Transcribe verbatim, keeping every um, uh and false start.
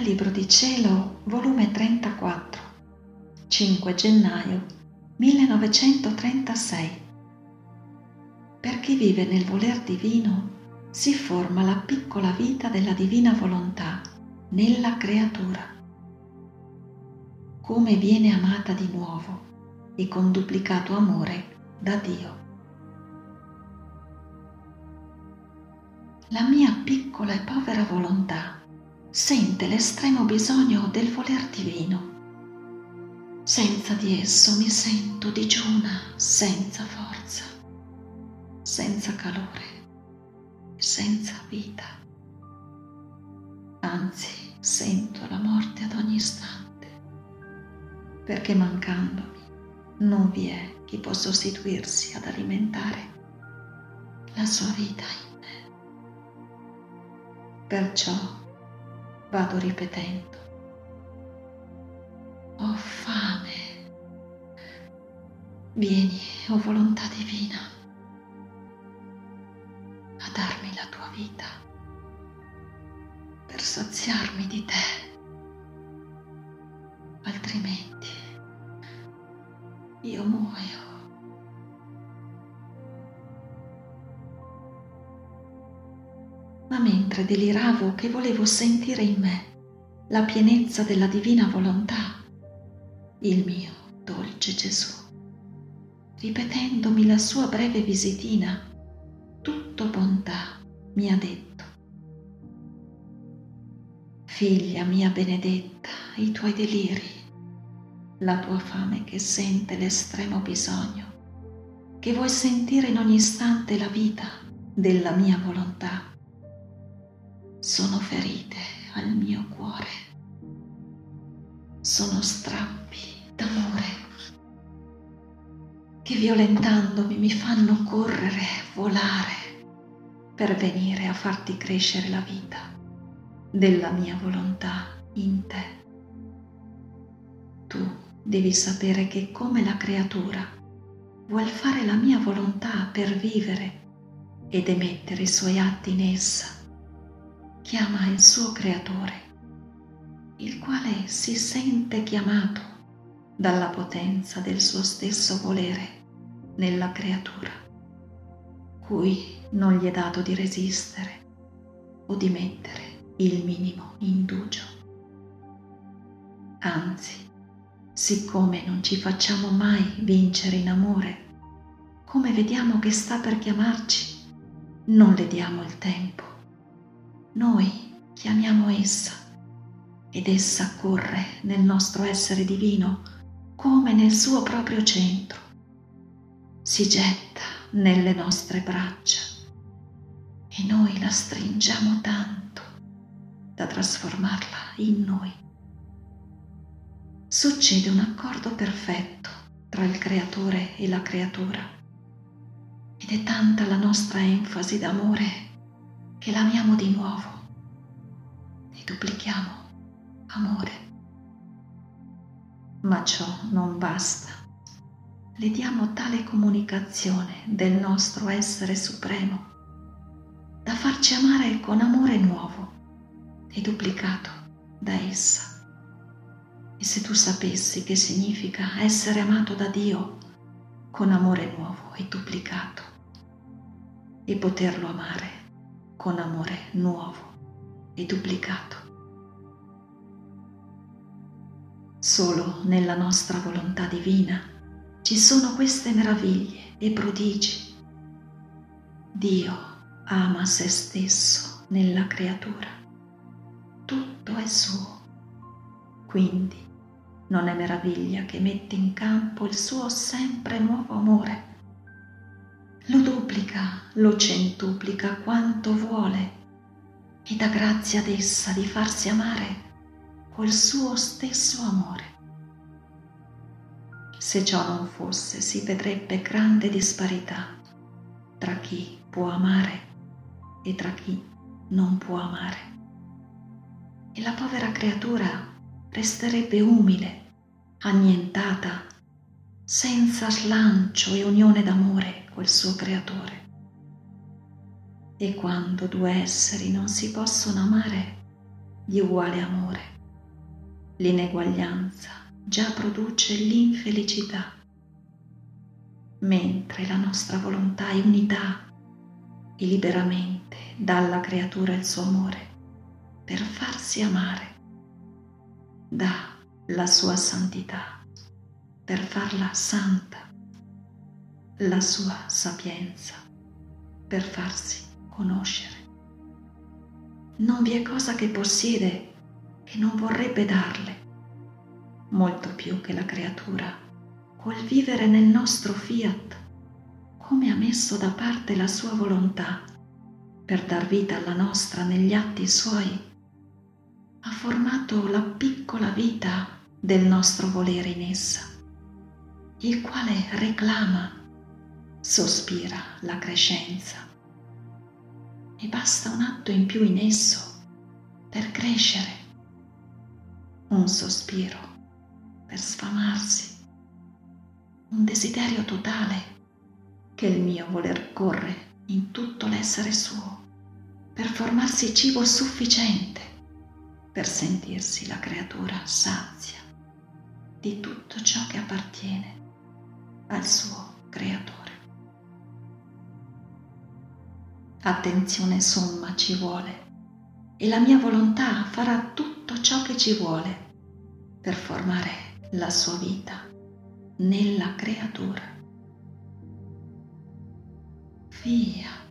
Libro di Cielo, volume trentaquattro, cinque gennaio millenovecentotrentasei. Per chi vive nel voler divino si forma la piccola vita della divina volontà nella creatura. Come viene amata di nuovo e con duplicato amore da Dio. La mia piccola e povera volontà sente l'estremo bisogno del voler divino. Senza di esso mi sento digiuna, senza forza, senza calore, senza vita. Anzi, sento la morte ad ogni istante, perché mancandomi non vi è chi può sostituirsi ad alimentare la sua vita in me. Perciò vado ripetendo: ho fame, vieni, o oh volontà divina, a darmi la tua vita per saziarmi di te, altrimenti io muoio. Ma mentre deliravo che volevo sentire in me la pienezza della divina volontà, il mio dolce Gesù, ripetendomi la sua breve visitina, tutto bontà, mi ha detto: figlia mia benedetta, i tuoi deliri, la tua fame che sente l'estremo bisogno, che vuoi sentire in ogni istante la vita della mia volontà, sono ferite al mio cuore, sono strappi d'amore che violentandomi mi fanno correre, volare per venire a farti crescere la vita della mia volontà in te. Tu devi sapere che come la creatura vuol fare la mia volontà per vivere ed emettere i suoi atti in essa, chiama il suo creatore, il quale si sente chiamato dalla potenza del suo stesso volere nella creatura, cui non gli è dato di resistere o di mettere il minimo indugio. Anzi, siccome non ci facciamo mai vincere in amore, come vediamo che sta per chiamarci, non le diamo il tempo. Noi chiamiamo essa ed essa corre nel nostro essere divino come nel suo proprio centro. Si getta nelle nostre braccia e noi la stringiamo tanto da trasformarla in noi. Succede un accordo perfetto tra il creatore e la creatura ed è tanta la nostra enfasi d'amore che l'amiamo di nuovo e duplichiamo amore. Ma ciò non basta. Le diamo tale comunicazione del nostro essere supremo da farci amare con amore nuovo e duplicato da essa. E se tu sapessi che significa essere amato da Dio con amore nuovo e duplicato e poterlo amare con amore nuovo e duplicato. Solo nella nostra volontà divina ci sono queste meraviglie e prodigi. Dio ama se stesso nella creatura. Tutto è suo. Quindi non è meraviglia che mette in campo il suo sempre nuovo amore. Lo duplica, lo centuplica quanto vuole e dà grazia ad essa di farsi amare col suo stesso amore. Se ciò non fosse, si vedrebbe grande disparità tra chi può amare e tra chi non può amare. E la povera creatura resterebbe umile, annientata, senza slancio e unione d'amore col suo creatore. E quando due esseri non si possono amare di uguale amore, L'ineguaglianza già produce l'infelicità, mentre la nostra volontà è unità e liberamente dà alla creatura il suo amore per farsi amare, dà la sua santità per farla santa, la sua sapienza per farsi conoscere. Non vi è cosa che possiede che non vorrebbe darle, molto più che la creatura col vivere nel nostro fiat, come ha messo da parte la sua volontà per dar vita alla nostra negli atti suoi, ha formato la piccola vita del nostro volere in essa, il quale reclama, sospira la crescenza, e basta un atto in più in esso per crescere, un sospiro per sfamarsi, un desiderio totale che il mio voler corre in tutto l'essere suo per formarsi cibo sufficiente per sentirsi la creatura sazia di tutto ciò che appartiene al suo creatore. Attenzione somma ci vuole e la mia volontà farà tutto ciò che ci vuole per formare la sua vita nella creatura. Via.